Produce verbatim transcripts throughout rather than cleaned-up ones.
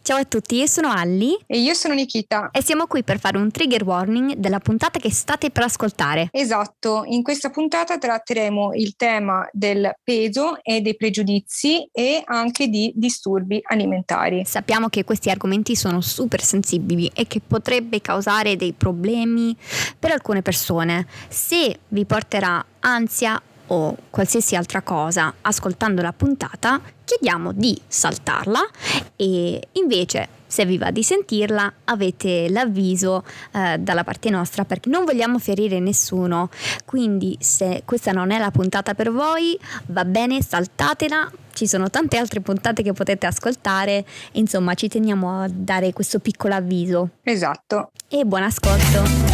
Ciao a tutti, io sono Alli e io sono Nikita e siamo qui per fare un trigger warning della puntata che state per ascoltare. Esatto, in questa puntata tratteremo il tema del peso e dei pregiudizi e anche di disturbi alimentari. Sappiamo che questi argomenti sono super sensibili e che potrebbe causare dei problemi per alcune persone. Se vi porterà ansia o qualsiasi altra cosa ascoltando la puntata, chiediamo di saltarla e invece, se vi va di sentirla, avete l'avviso eh, dalla parte nostra, perché non vogliamo ferire nessuno. Quindi se questa non è la puntata per voi, va bene, saltatela. Ci sono tante altre puntate che potete ascoltare. Insomma, ci teniamo a dare questo piccolo avviso. Esatto. E buon ascolto.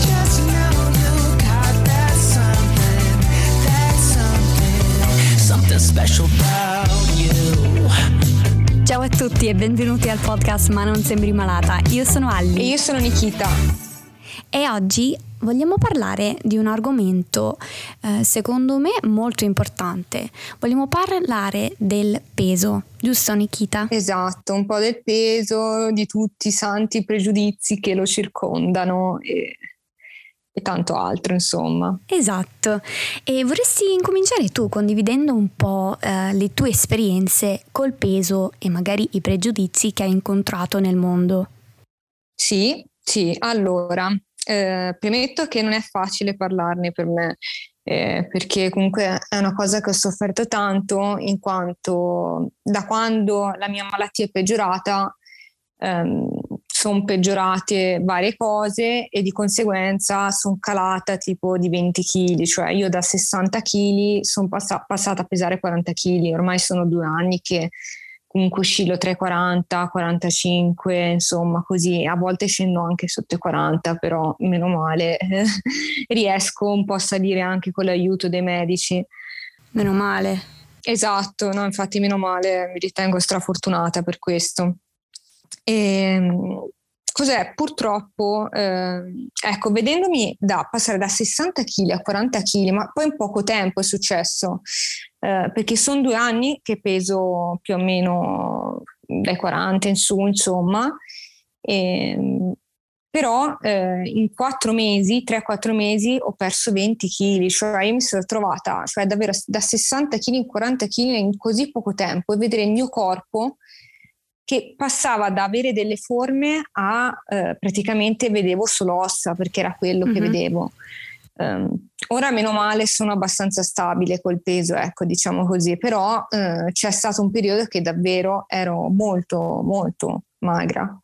Ciao a tutti e benvenuti al podcast Ma non sembri malata. Io sono Alli e io sono Nikita e oggi vogliamo parlare di un argomento eh, secondo me molto importante. Vogliamo parlare del peso, giusto Nikita? Esatto, un po' del peso, di tutti i santi pregiudizi che lo circondano e... e tanto altro, insomma. Esatto. E vorresti incominciare tu condividendo un po' eh, le tue esperienze col peso e magari i pregiudizi che hai incontrato nel mondo? Sì, sì. Allora, eh, premetto che non è facile parlarne per me, eh, perché comunque è una cosa che ho sofferto tanto, in quanto da quando la mia malattia è peggiorata, ehm, sono peggiorate varie cose e di conseguenza sono calata tipo di venti chili, cioè io da sessanta chili sono pass- passata a pesare quaranta chili, ormai sono due anni che comunque oscillo tra i quaranta, quarantacinque, insomma così, a volte scendo anche sotto i quaranta, però meno male riesco un po' a salire anche con l'aiuto dei medici. Meno male. Esatto, no, infatti meno male, mi ritengo strafortunata per questo. E, cos'è? Purtroppo, eh, ecco, vedendomi da passare da sessanta chili a quaranta chili, ma poi in poco tempo è successo, eh, perché sono due anni che peso più o meno dai quaranta in su, insomma, e, però eh, in quattro mesi, tre quattro mesi ho perso venti chili, cioè io mi sono trovata, cioè davvero da sessanta chili in quaranta chili in così poco tempo, e vedere il mio corpo che passava da avere delle forme a eh, praticamente vedevo solo ossa, perché era quello mm-hmm. che vedevo. Um, ora meno male sono abbastanza stabile col peso, ecco, diciamo così, però eh, c'è stato un periodo che davvero ero molto molto magra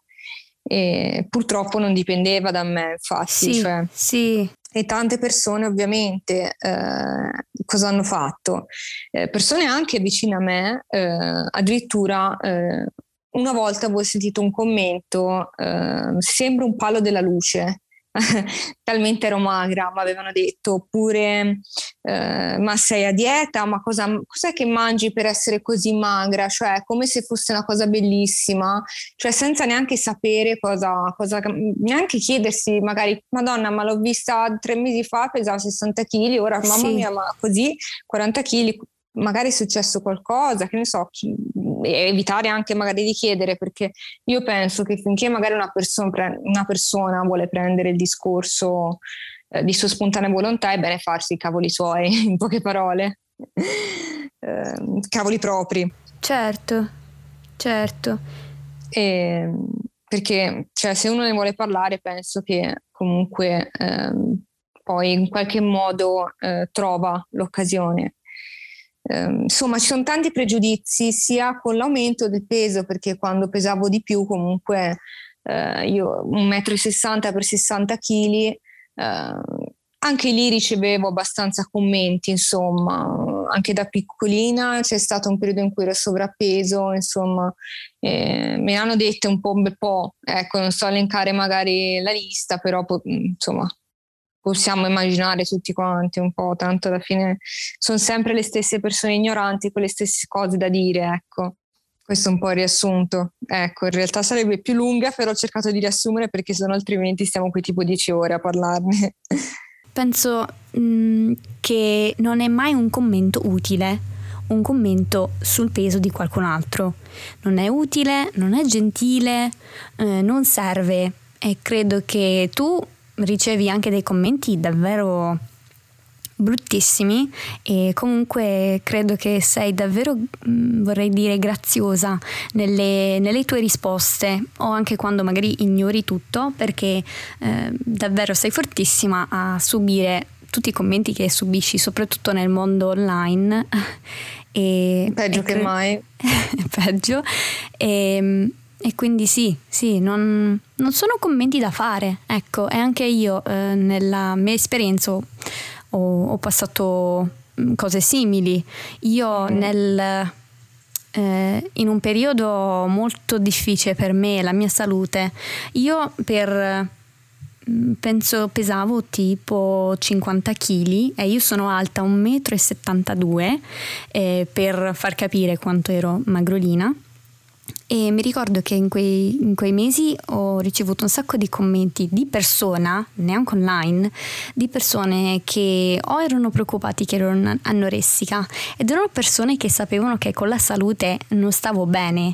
e purtroppo non dipendeva da me, infatti. Sì, cioè, sì. E tante persone ovviamente eh, cosa hanno fatto? Eh, persone anche vicine a me, eh, addirittura eh, una volta avevo sentito un commento, eh, sembra un palo della luce, talmente ero magra, mi avevano detto, oppure eh, ma sei a dieta, ma cosa, cos'è che mangi per essere così magra? Cioè come se fosse una cosa bellissima, cioè senza neanche sapere cosa, cosa neanche chiedersi magari, Madonna, ma l'ho vista tre mesi fa, pesava sessanta chili, ora mamma sì. mia, ma così quaranta chili, magari è successo qualcosa, che ne so, chi, evitare anche magari di chiedere, perché io penso che finché magari una persona, una persona vuole prendere il discorso eh, di sua spontanea volontà, è bene farsi i cavoli suoi, in poche parole, eh, cavoli propri. Certo, certo. E, perché cioè, se uno ne vuole parlare, penso che comunque ehm, poi in qualche modo eh, trova l'occasione. Uh, insomma ci sono tanti pregiudizi sia con l'aumento del peso, perché quando pesavo di più comunque uh, io un metro e sessanta per sessanta chili, uh, anche lì ricevevo abbastanza commenti, insomma anche da piccolina c'è stato un periodo in cui ero sovrappeso, insomma eh, me ne hanno dette un po' un bel po', ecco, non so elencare magari la lista, però insomma possiamo immaginare tutti quanti un po', tanto alla fine sono sempre le stesse persone ignoranti con le stesse cose da dire, ecco. Questo è un po' il riassunto. Ecco, in realtà sarebbe più lunga, però ho cercato di riassumere perché sennò altrimenti stiamo qui tipo dieci ore a parlarne. Penso mh, che non è mai un commento utile un commento sul peso di qualcun altro. Non è utile, non è gentile, eh, non serve, e credo che tu ricevi anche dei commenti davvero bruttissimi, e comunque credo che sei davvero, mh, vorrei dire, graziosa nelle, nelle tue risposte, o anche quando magari ignori tutto, perché eh, davvero sei fortissima a subire tutti i commenti che subisci, soprattutto nel mondo online. E, peggio e che cre- mai. peggio. E, e quindi sì, sì, non, non sono commenti da fare, ecco, e anche io eh, nella mia esperienza ho, ho passato cose simili. Io mm. nel eh, in un periodo molto difficile per me, la mia salute, io per penso pesavo tipo cinquanta chili e io sono alta un metro e settantadue, eh, per far capire quanto ero magrolina. E mi ricordo che in quei, in quei mesi ho ricevuto un sacco di commenti di persona, neanche online, di persone che o erano preoccupati che ero anoressica, ed erano persone che sapevano che con la salute non stavo bene,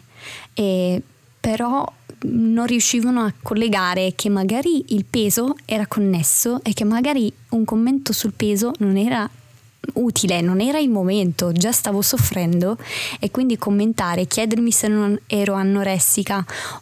e però non riuscivano a collegare che magari il peso era connesso e che magari un commento sul peso non era utile, non era il momento, già stavo soffrendo, e quindi commentare, chiedermi se non ero anoressica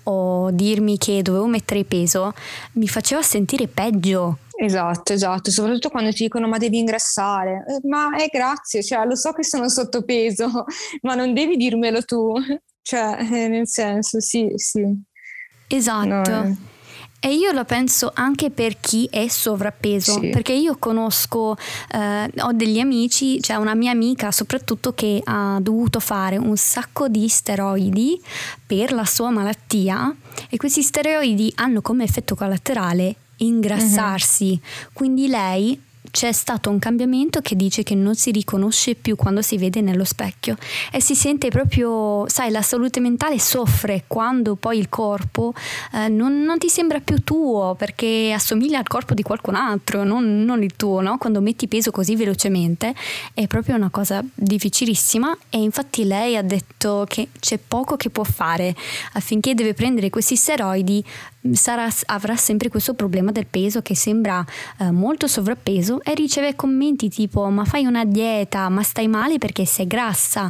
o dirmi che dovevo mettere peso mi faceva sentire peggio. Esatto, esatto, soprattutto quando ti dicono ma devi ingrassare, eh, ma eh, grazie, cioè lo so che sono sottopeso, ma non devi dirmelo tu, cioè eh, nel senso sì, sì. Esatto. No, eh. E io lo penso anche per chi è sovrappeso, sì. Perché io conosco, eh, ho degli amici, cioè una mia amica soprattutto, che ha dovuto fare un sacco di steroidi per la sua malattia, e questi steroidi hanno come effetto collaterale ingrassarsi. Mm-hmm. Quindi lei, c'è stato un cambiamento che dice che non si riconosce più quando si vede nello specchio, e si sente proprio, sai, la salute mentale soffre quando poi il corpo eh, non, non ti sembra più tuo, perché assomiglia al corpo di qualcun altro, non, non il tuo, no? Quando metti peso così velocemente è proprio una cosa difficilissima, e infatti lei ha detto che c'è poco che può fare affinché deve prendere questi steroidi. Sarà, avrà sempre questo problema del peso, che sembra eh, molto sovrappeso, e riceve commenti tipo ma fai una dieta, ma stai male perché sei grassa,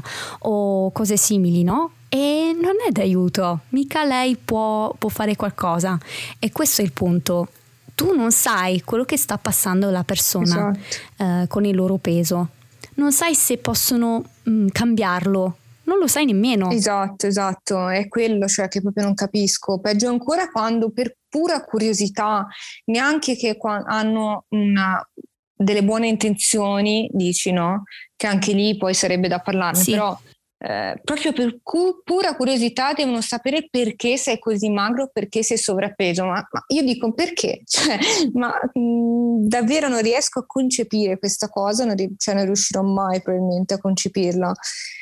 o cose simili, no? E non è d'aiuto, mica lei può, può fare qualcosa, e questo è il punto. Tu non sai quello che sta passando la persona, esatto. eh, con il loro peso, non sai se possono mh, cambiarlo. Non lo sai nemmeno. Esatto, esatto, è quello, cioè, che proprio non capisco. Peggio ancora quando per pura curiosità, neanche che qua- hanno una, delle buone intenzioni, dici, no? Che anche lì poi sarebbe da parlarne, sì. Però eh, proprio per cu- pura curiosità devono sapere perché sei così magro, perché sei sovrappeso. Ma, ma io dico perché? Cioè, ma mh, davvero non riesco a concepire questa cosa, non, ri- cioè, non riuscirò mai probabilmente a concepirla.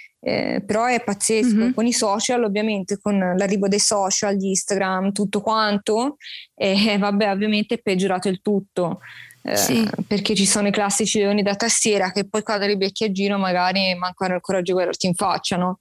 Eh, però è pazzesco. Mm-hmm. Con i social, ovviamente, con l'arrivo dei social, di Instagram, tutto quanto, e eh, vabbè, ovviamente è peggiorato il tutto, eh, sì. Perché ci sono i classici leoni da tastiera che poi quando li becchi a giro magari mancano il coraggio di guardarti in faccia, no?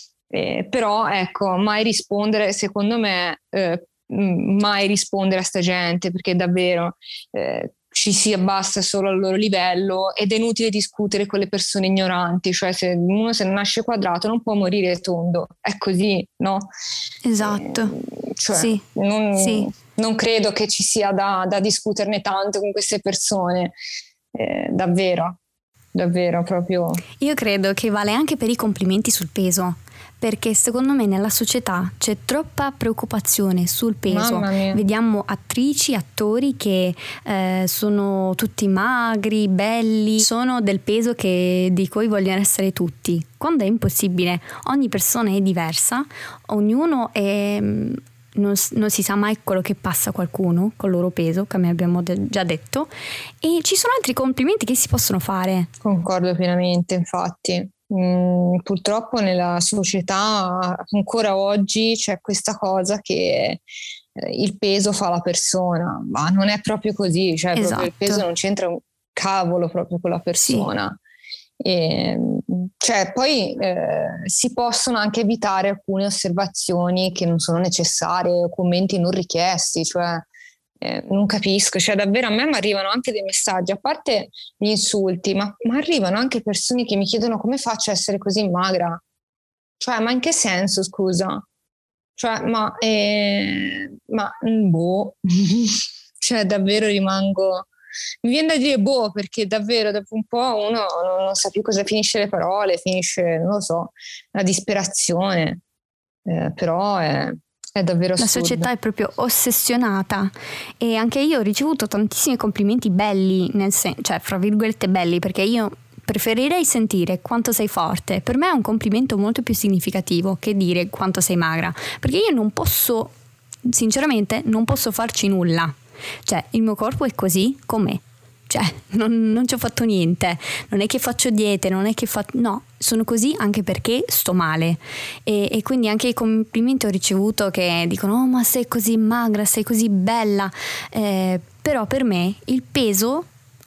Eh, però ecco, mai rispondere, secondo me, eh, mai rispondere a sta gente, perché davvero eh, ci si abbassa solo al loro livello, ed è inutile discutere con le persone ignoranti, cioè se uno se nasce quadrato non può morire tondo, è così, no? Esatto. Eh, cioè, sì. Non, sì. non credo che ci sia da, da discuterne tanto con queste persone, eh, davvero, davvero proprio. Io credo che vale anche per i complimenti sul peso, perché secondo me nella società c'è troppa preoccupazione sul peso. Vediamo attrici, attori che eh, sono tutti magri, belli, sono del peso che, di cui vogliono essere tutti, quando è impossibile. Ogni persona è diversa, ognuno è, non, non si sa mai quello che passa a qualcuno col loro peso, come abbiamo de- già detto, e ci sono altri complimenti che si possono fare. Concordo pienamente, infatti. Mm, purtroppo nella società ancora oggi c'è questa cosa che eh, il peso fa la persona, ma non è proprio così, cioè esatto. Proprio il peso non c'entra un cavolo proprio con la persona. E, cioè, poi eh, si possono anche evitare alcune osservazioni che non sono necessarie o commenti non richiesti, cioè eh, non capisco, cioè davvero a me mi arrivano anche dei messaggi, a parte gli insulti, ma, ma arrivano anche persone che mi chiedono come faccio a essere così magra, cioè ma in che senso, scusa? Cioè ma, eh, ma boh, cioè davvero rimango... Mi viene da dire boh, perché davvero dopo un po' uno non, non sa più cosa finisce le parole, finisce, non lo so, la disperazione, eh, però è, è davvero La assurdo. società è proprio ossessionata e anche io ho ricevuto tantissimi complimenti belli, nel sen- cioè fra virgolette belli, perché io preferirei sentire quanto sei forte. Per me è un complimento molto più significativo che dire quanto sei magra, perché io non posso, sinceramente, non posso farci nulla. Cioè il mio corpo è così com'è, cioè non, non ci ho fatto niente, non è che faccio diete, non è che fa... no, sono così anche perché sto male e, e quindi anche i complimenti ho ricevuto che dicono oh ma sei così magra, sei così bella, eh, però per me il peso,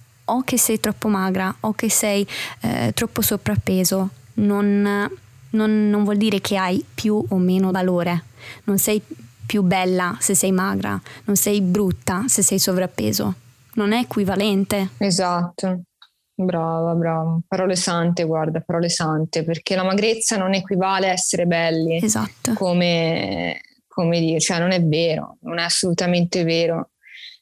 o che sei troppo magra o che sei eh, troppo sovrappeso, non, non, non vuol dire che hai più o meno valore, non sei più bella se sei magra, non sei brutta se sei sovrappeso, non è equivalente. Esatto, brava, brava, parole sante, guarda, parole sante, perché la magrezza non equivale a essere belli, esatto, come, come dire, cioè non è vero, non è assolutamente vero.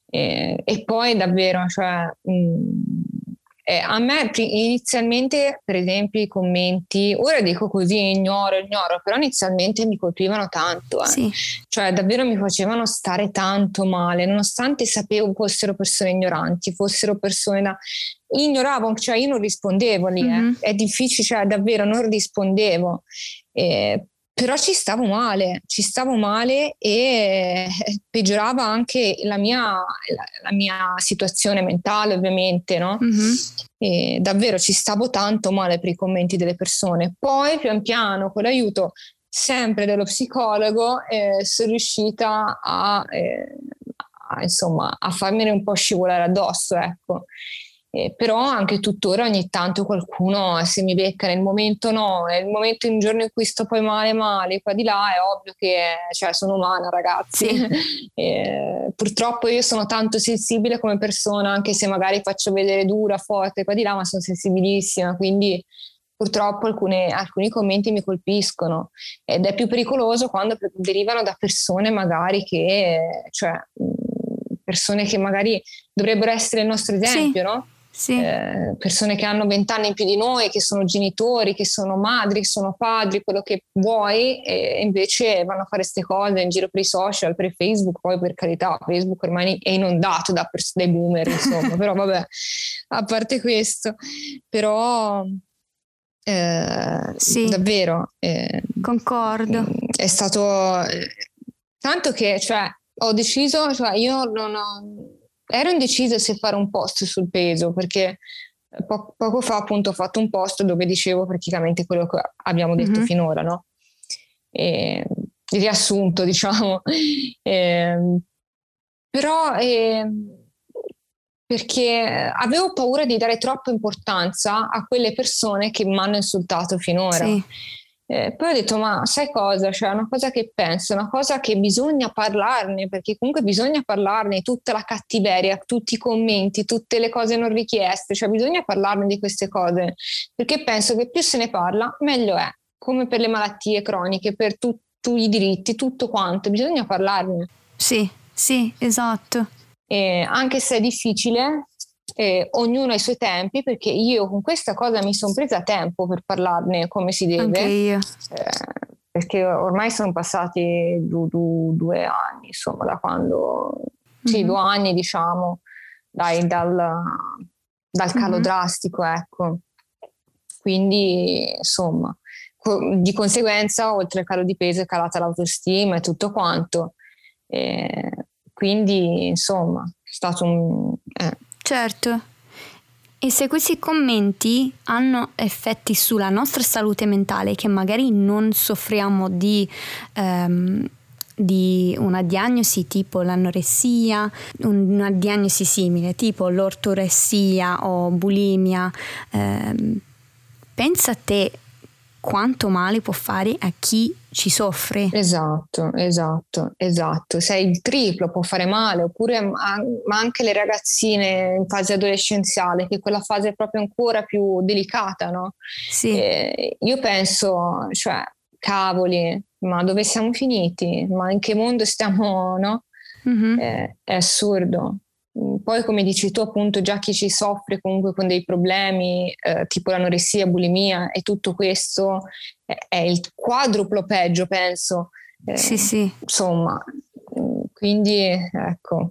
E, e poi davvero, cioè, mh, eh, a me inizialmente, per esempio, i commenti, ora dico così, ignoro, ignoro, però inizialmente mi colpivano tanto, eh. sì. Cioè davvero mi facevano stare tanto male, nonostante sapevo fossero persone ignoranti, fossero persone da... Ignoravo, cioè io non rispondevo lì, Mm-hmm. eh. È difficile, cioè davvero non rispondevo. Eh, però ci stavo male, ci stavo male e peggiorava anche la mia, la, la mia situazione mentale, ovviamente, no? Mm-hmm. E davvero ci stavo tanto male per i commenti delle persone. Poi pian piano, con l'aiuto sempre dello psicologo, eh, sono riuscita a, eh, a, insomma, a farmene un po' scivolare addosso, ecco. Eh, però anche tuttora ogni tanto qualcuno se mi becca nel momento, no, nel momento in un giorno in cui sto poi male male qua di là, è ovvio che cioè, sono umana, ragazzi. Sì. eh, purtroppo io sono tanto sensibile come persona, anche se magari faccio vedere dura, forte qua di là, ma sono sensibilissima, quindi purtroppo alcune, alcuni commenti mi colpiscono ed è più pericoloso quando derivano da persone magari che, cioè persone che magari dovrebbero essere il nostro esempio, sì. no? Sì. Eh, persone che hanno vent'anni in più di noi, che sono genitori, che sono madri, che sono padri, quello che vuoi, e invece vanno a fare queste cose in giro per i social, per Facebook. Poi per carità, Facebook ormai è inondato da pers- dai boomer, insomma. Però vabbè, a parte questo, però eh, sì. davvero eh, concordo, è stato eh, tanto che cioè ho deciso, cioè io non ho ero indecisa se fare un post sul peso, perché po- poco fa appunto ho fatto un post dove dicevo praticamente quello che abbiamo detto mm-hmm. finora, no? E, il riassunto, diciamo. E, però eh, perché avevo paura di dare troppa importanza a quelle persone che mi hanno insultato finora. Sì. Eh, poi ho detto, ma sai cosa? Cioè, è una cosa che penso, una cosa che bisogna parlarne, perché comunque bisogna parlarne, tutta la cattiveria, tutti i commenti, tutte le cose non richieste, cioè bisogna parlarne di queste cose, perché penso che più se ne parla, meglio è, come per le malattie croniche, per tu, tu i diritti, tutto quanto, bisogna parlarne. Sì, sì, esatto. Eh, anche se è difficile, eh, ognuno ha i suoi tempi, perché io con questa cosa mi sono presa tempo per parlarne come si deve. Anche io. Eh, perché ormai sono passati du, du, due anni, insomma, da quando... Mm-hmm. Sì, due anni, diciamo, dai, dal, dal calo mm-hmm. drastico, ecco. Quindi, insomma, co- di conseguenza, oltre al calo di peso, è calata l'autostima e tutto quanto. Eh, quindi, insomma, è stato un... Eh. Certo. E se questi commenti hanno effetti sulla nostra salute mentale, che magari non soffriamo di, um, di una diagnosi tipo l'anoressia, una diagnosi simile tipo l'ortoressia o bulimia, um, pensa a te quanto male può fare a chi ci soffre. Esatto, esatto, esatto. Se il triplo può fare male, oppure ma anche le ragazzine in fase adolescenziale, che è quella fase proprio ancora più delicata, no? Sì. Eh, io penso, cioè, cavoli, ma dove siamo finiti? Ma in che mondo stiamo, no? Mm-hmm. Eh, è assurdo. Poi, come dici tu, appunto, già chi ci soffre comunque con dei problemi eh, tipo l'anoressia, bulimia e tutto questo è, è il quadruplo peggio, penso. Eh, sì, sì. Insomma, quindi ecco,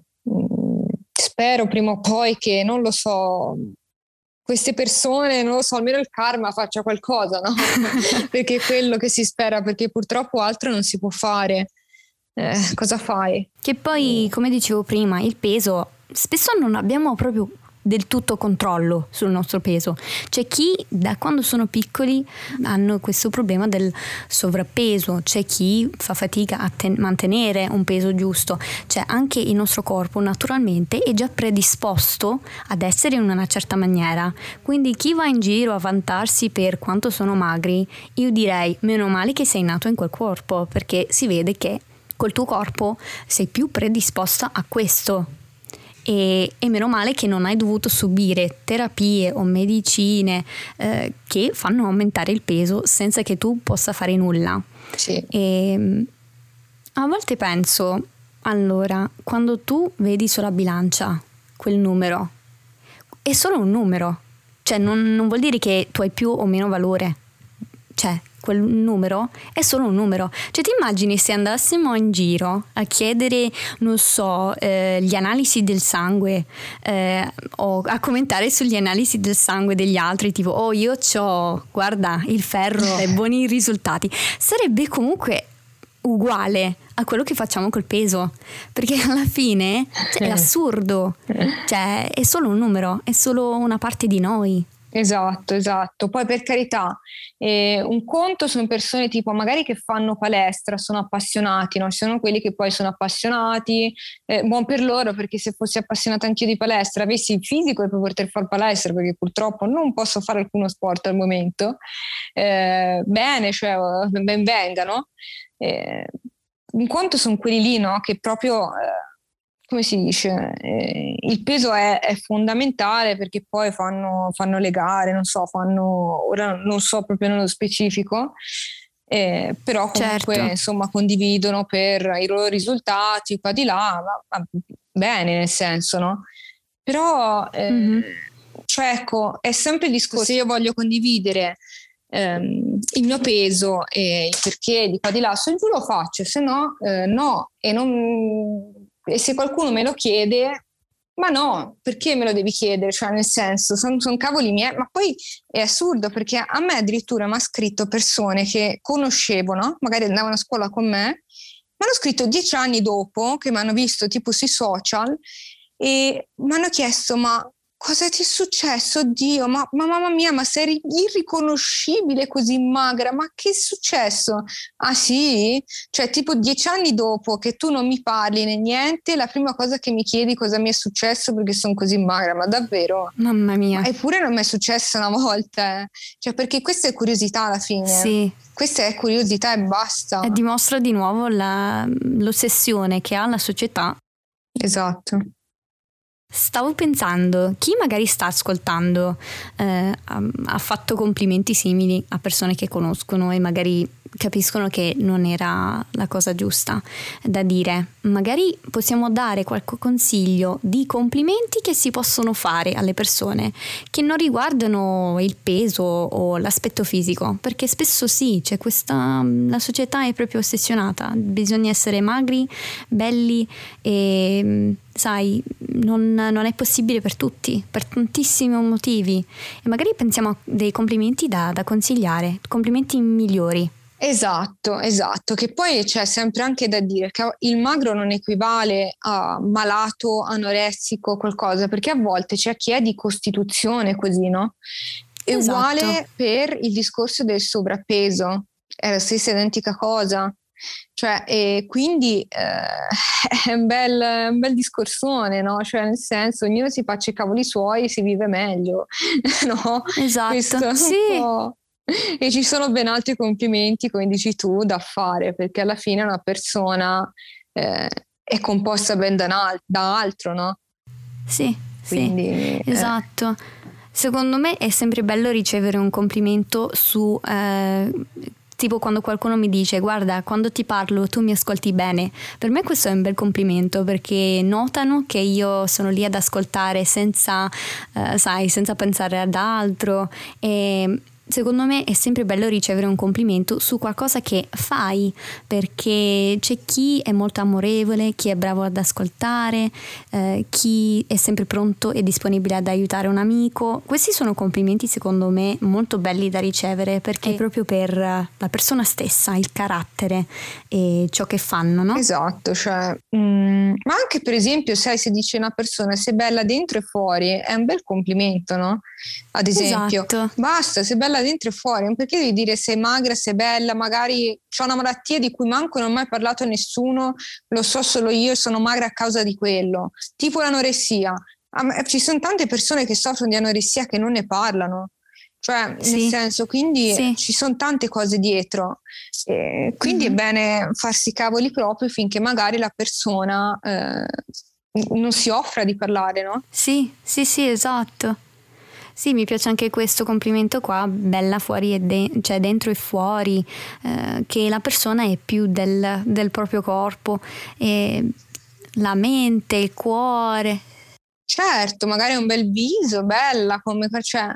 spero prima o poi che, non lo so, queste persone, non lo so, almeno il karma faccia qualcosa, no? Perché è quello che si spera, perché purtroppo altro non si può fare. Eh, cosa fai? Che poi, come dicevo prima, il peso, spesso non abbiamo proprio del tutto controllo sul nostro peso. C'è chi da quando sono piccoli hanno questo problema del sovrappeso, c'è chi fa fatica a ten- mantenere un peso giusto, cioè anche il nostro corpo naturalmente è già predisposto ad essere in una certa maniera, quindi chi va in giro a vantarsi per quanto sono magri, io direi meno male che sei nato in quel corpo, perché si vede che col tuo corpo sei più predisposta a questo e, e meno male che non hai dovuto subire terapie o medicine eh, che fanno aumentare il peso senza che tu possa fare nulla. Sì. E a volte penso, allora, quando tu vedi sulla bilancia quel numero, è solo un numero, cioè non, non vuol dire che tu hai più o meno valore, cioè quel numero è solo un numero. Cioè ti immagini se andassimo in giro a chiedere, non so, eh, gli analisi del sangue eh, o a commentare sugli analisi del sangue degli altri, tipo oh io c'ho, guarda, il ferro e buoni risultati, sarebbe comunque uguale a quello che facciamo col peso, perché alla fine cioè, è assurdo, cioè è solo un numero, è solo una parte di noi. Esatto, esatto. Poi per carità, eh, un conto sono persone tipo magari che fanno palestra, sono appassionati, no? Ci sono quelli che poi sono appassionati, eh, buon per loro, perché se fossi appassionata anch'io di palestra, avessi il fisico per poter fare palestra, perché purtroppo non posso fare alcuno sport al momento, eh, bene, cioè ben vengano. Eh, un conto sono quelli lì, no? Che proprio... Eh, come si dice, eh, il peso è, è fondamentale perché poi fanno, fanno le gare, non so, fanno, ora non so proprio nello specifico, eh, però comunque certo. insomma condividono per i loro risultati qua di là, ma, ma bene nel senso, no? Però, eh, mm-hmm. cioè ecco, è sempre il discorso, se io voglio condividere ehm, il mio peso e il perché di qua di là, se giù lo faccio, se no, eh, no, e non... E se qualcuno me lo chiede, ma no, perché me lo devi chiedere? Cioè, nel senso, sono son cavoli miei. Ma poi è assurdo perché a me addirittura mi ha scritto persone che conoscevo, no? Magari andavano a scuola con me, mi hanno scritto dieci anni dopo che mi hanno visto tipo sui social e mi hanno chiesto: ma cosa ti è successo? Oddio, ma, ma mamma mia, ma sei irriconoscibile così magra, ma che è successo? Ah sì? Cioè tipo dieci anni dopo che tu non mi parli né niente, la prima cosa che mi chiedi cosa mi è successo perché sono così magra, ma davvero? Mamma mia. Ma eppure non mi è successo una volta, eh. Cioè perché questa è curiosità alla fine. Sì. Questa è curiosità e basta. E dimostra di nuovo la, l'ossessione che ha la società. Esatto. Stavo pensando, chi magari sta ascoltando eh, ha, ha fatto complimenti simili a persone che conoscono e magari capiscono che non era la cosa giusta da dire. Magari possiamo dare qualche consiglio di complimenti che si possono fare alle persone che non riguardano il peso o l'aspetto fisico, perché spesso sì, c'è questa, la società è proprio ossessionata, bisogna essere magri, belli e sai, non, non è possibile per tutti, per tantissimi motivi e magari pensiamo a dei complimenti da, da consigliare, complimenti migliori. Esatto, esatto, che poi c'è sempre anche da dire che il magro non equivale a malato, anoressico, qualcosa, perché a volte c'è chi è di costituzione così, no? È esatto. Uguale per il discorso del sovrappeso, è la stessa identica cosa. Cioè, e quindi eh, è un bel, un bel discorsone, no? Cioè, nel senso, ognuno si faccia i cavoli suoi e si vive meglio, no? Esatto, Questo sì. un po'. E ci sono ben altri complimenti, come dici tu, da fare, perché alla fine una persona eh, è composta ben da, un, da altro, no? Sì, quindi, sì, esatto. Eh. Secondo me è sempre bello ricevere un complimento su... Eh, tipo quando qualcuno mi dice guarda, quando ti parlo tu mi ascolti bene. Per me questo è un bel complimento, perché notano che io sono lì ad ascoltare senza, eh, sai, senza pensare ad altro. E secondo me è sempre bello ricevere un complimento su qualcosa che fai, perché c'è chi è molto amorevole, chi è bravo ad ascoltare, eh, chi è sempre pronto e disponibile ad aiutare un amico. Questi sono complimenti secondo me molto belli da ricevere, perché eh. è proprio per la persona stessa, il carattere e ciò che fanno, no? Esatto, cioè, mh, ma anche per esempio sai, se dice una persona sei bella dentro e fuori è un bel complimento, no? Ad esempio, esatto. Basta, sei bella dentro e fuori, perché devi dire sei magra, sei bella, magari c'ho una malattia di cui manco non ho mai parlato a nessuno, lo so solo io e sono magra a causa di quello, tipo l'anoressia. Ci sono tante persone che soffrono di anoressia che non ne parlano, cioè sì. nel senso, quindi sì. ci sono tante cose dietro, e quindi mm-hmm. è bene farsi i cavoli proprio finché magari la persona eh, non si offra di parlare, no? Sì, sì, sì, esatto. Sì, mi piace anche questo complimento qua, bella fuori e de- cioè dentro e fuori, eh, che la persona è più del, del proprio corpo, e la mente, il cuore. Certo, magari un bel viso, bella, come cioè,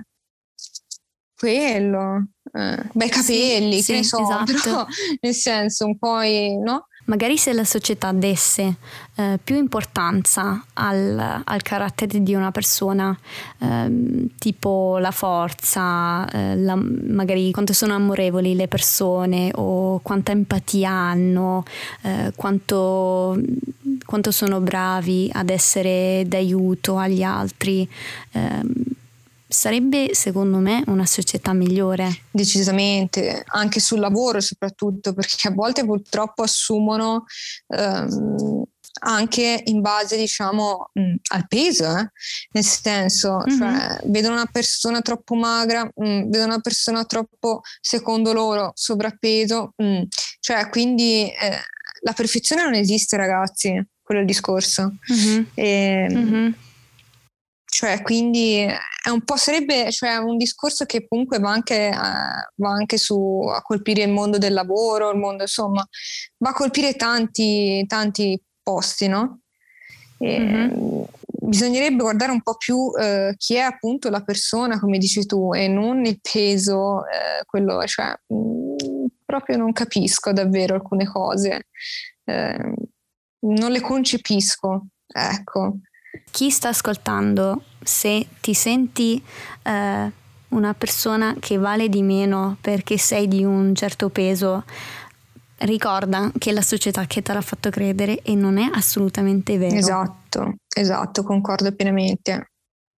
quello, eh, bei capelli, sì, che sì, ne so, esatto. però nel senso un po', no? Magari se la società desse eh, più importanza al, al carattere di una persona, eh, tipo la forza, eh, la, magari quanto sono amorevoli le persone o quanta empatia hanno, eh, quanto, quanto sono bravi ad essere d'aiuto agli altri, eh, sarebbe secondo me una società migliore. Decisamente, anche sul lavoro soprattutto, perché a volte purtroppo assumono ehm, anche in base, diciamo, mh, al peso, eh? Nel senso, mm-hmm. cioè, vedono una persona troppo magra, mh, vedono una persona troppo, secondo loro, sovrappeso, mh. cioè quindi eh, la perfezione non esiste, ragazzi, quello è il discorso. Mm-hmm. E, mm-hmm. Cioè, quindi è un po' sarebbe cioè, un discorso che comunque va anche, eh, va anche su a colpire il mondo del lavoro, il mondo, insomma, va a colpire tanti, tanti posti, no? E, mm-hmm. Bisognerebbe guardare un po' più eh, chi è appunto la persona, come dici tu, e non il peso, eh, quello, cioè, mh, proprio non capisco davvero alcune cose, eh, non le concepisco, ecco. Chi sta ascoltando, se ti senti eh, una persona che vale di meno perché sei di un certo peso, ricorda che è la società che te l'ha fatto credere e non è assolutamente vero. Esatto, esatto, concordo pienamente.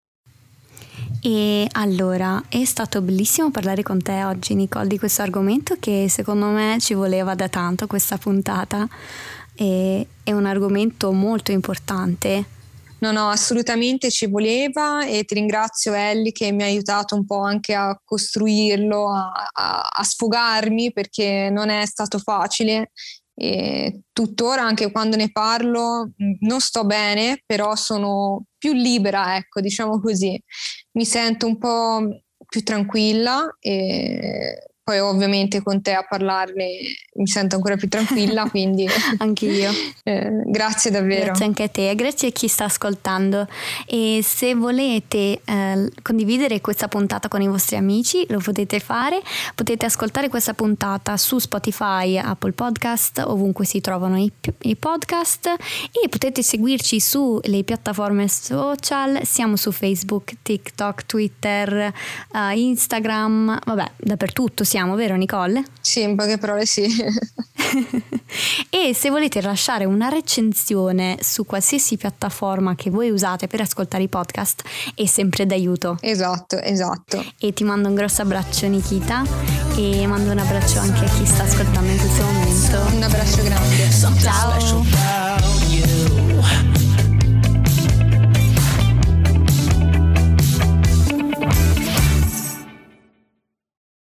E allora, è stato bellissimo parlare con te oggi, Nicole, di questo argomento che secondo me ci voleva da tanto, questa puntata. E è un argomento molto importante. No, no, assolutamente ci voleva, e ti ringrazio, Ellie, che mi ha aiutato un po' anche a costruirlo, a, a, a sfogarmi, perché non è stato facile. E tuttora, anche quando ne parlo, non sto bene, però sono più libera, ecco, diciamo così. Mi sento un po' più tranquilla, e poi ovviamente con te a parlarne mi sento ancora più tranquilla, quindi anche io. Eh, grazie davvero. Grazie anche a te e grazie a chi sta ascoltando. E se volete eh, condividere questa puntata con i vostri amici, lo potete fare. Potete ascoltare questa puntata su Spotify, Apple Podcast, ovunque si trovano i, i podcast, e potete seguirci sulle piattaforme social. Siamo su Facebook, TikTok, Twitter, uh, Instagram, vabbè, dappertutto siamo. salutiamo, vero Nicole? Sì, in poche parole sì. E se volete lasciare una recensione su qualsiasi piattaforma che voi usate per ascoltare i podcast è sempre d'aiuto. Esatto, esatto. E ti mando un grosso abbraccio Nikita e mando un abbraccio anche a chi sta ascoltando in questo momento. Un abbraccio grande. Ciao.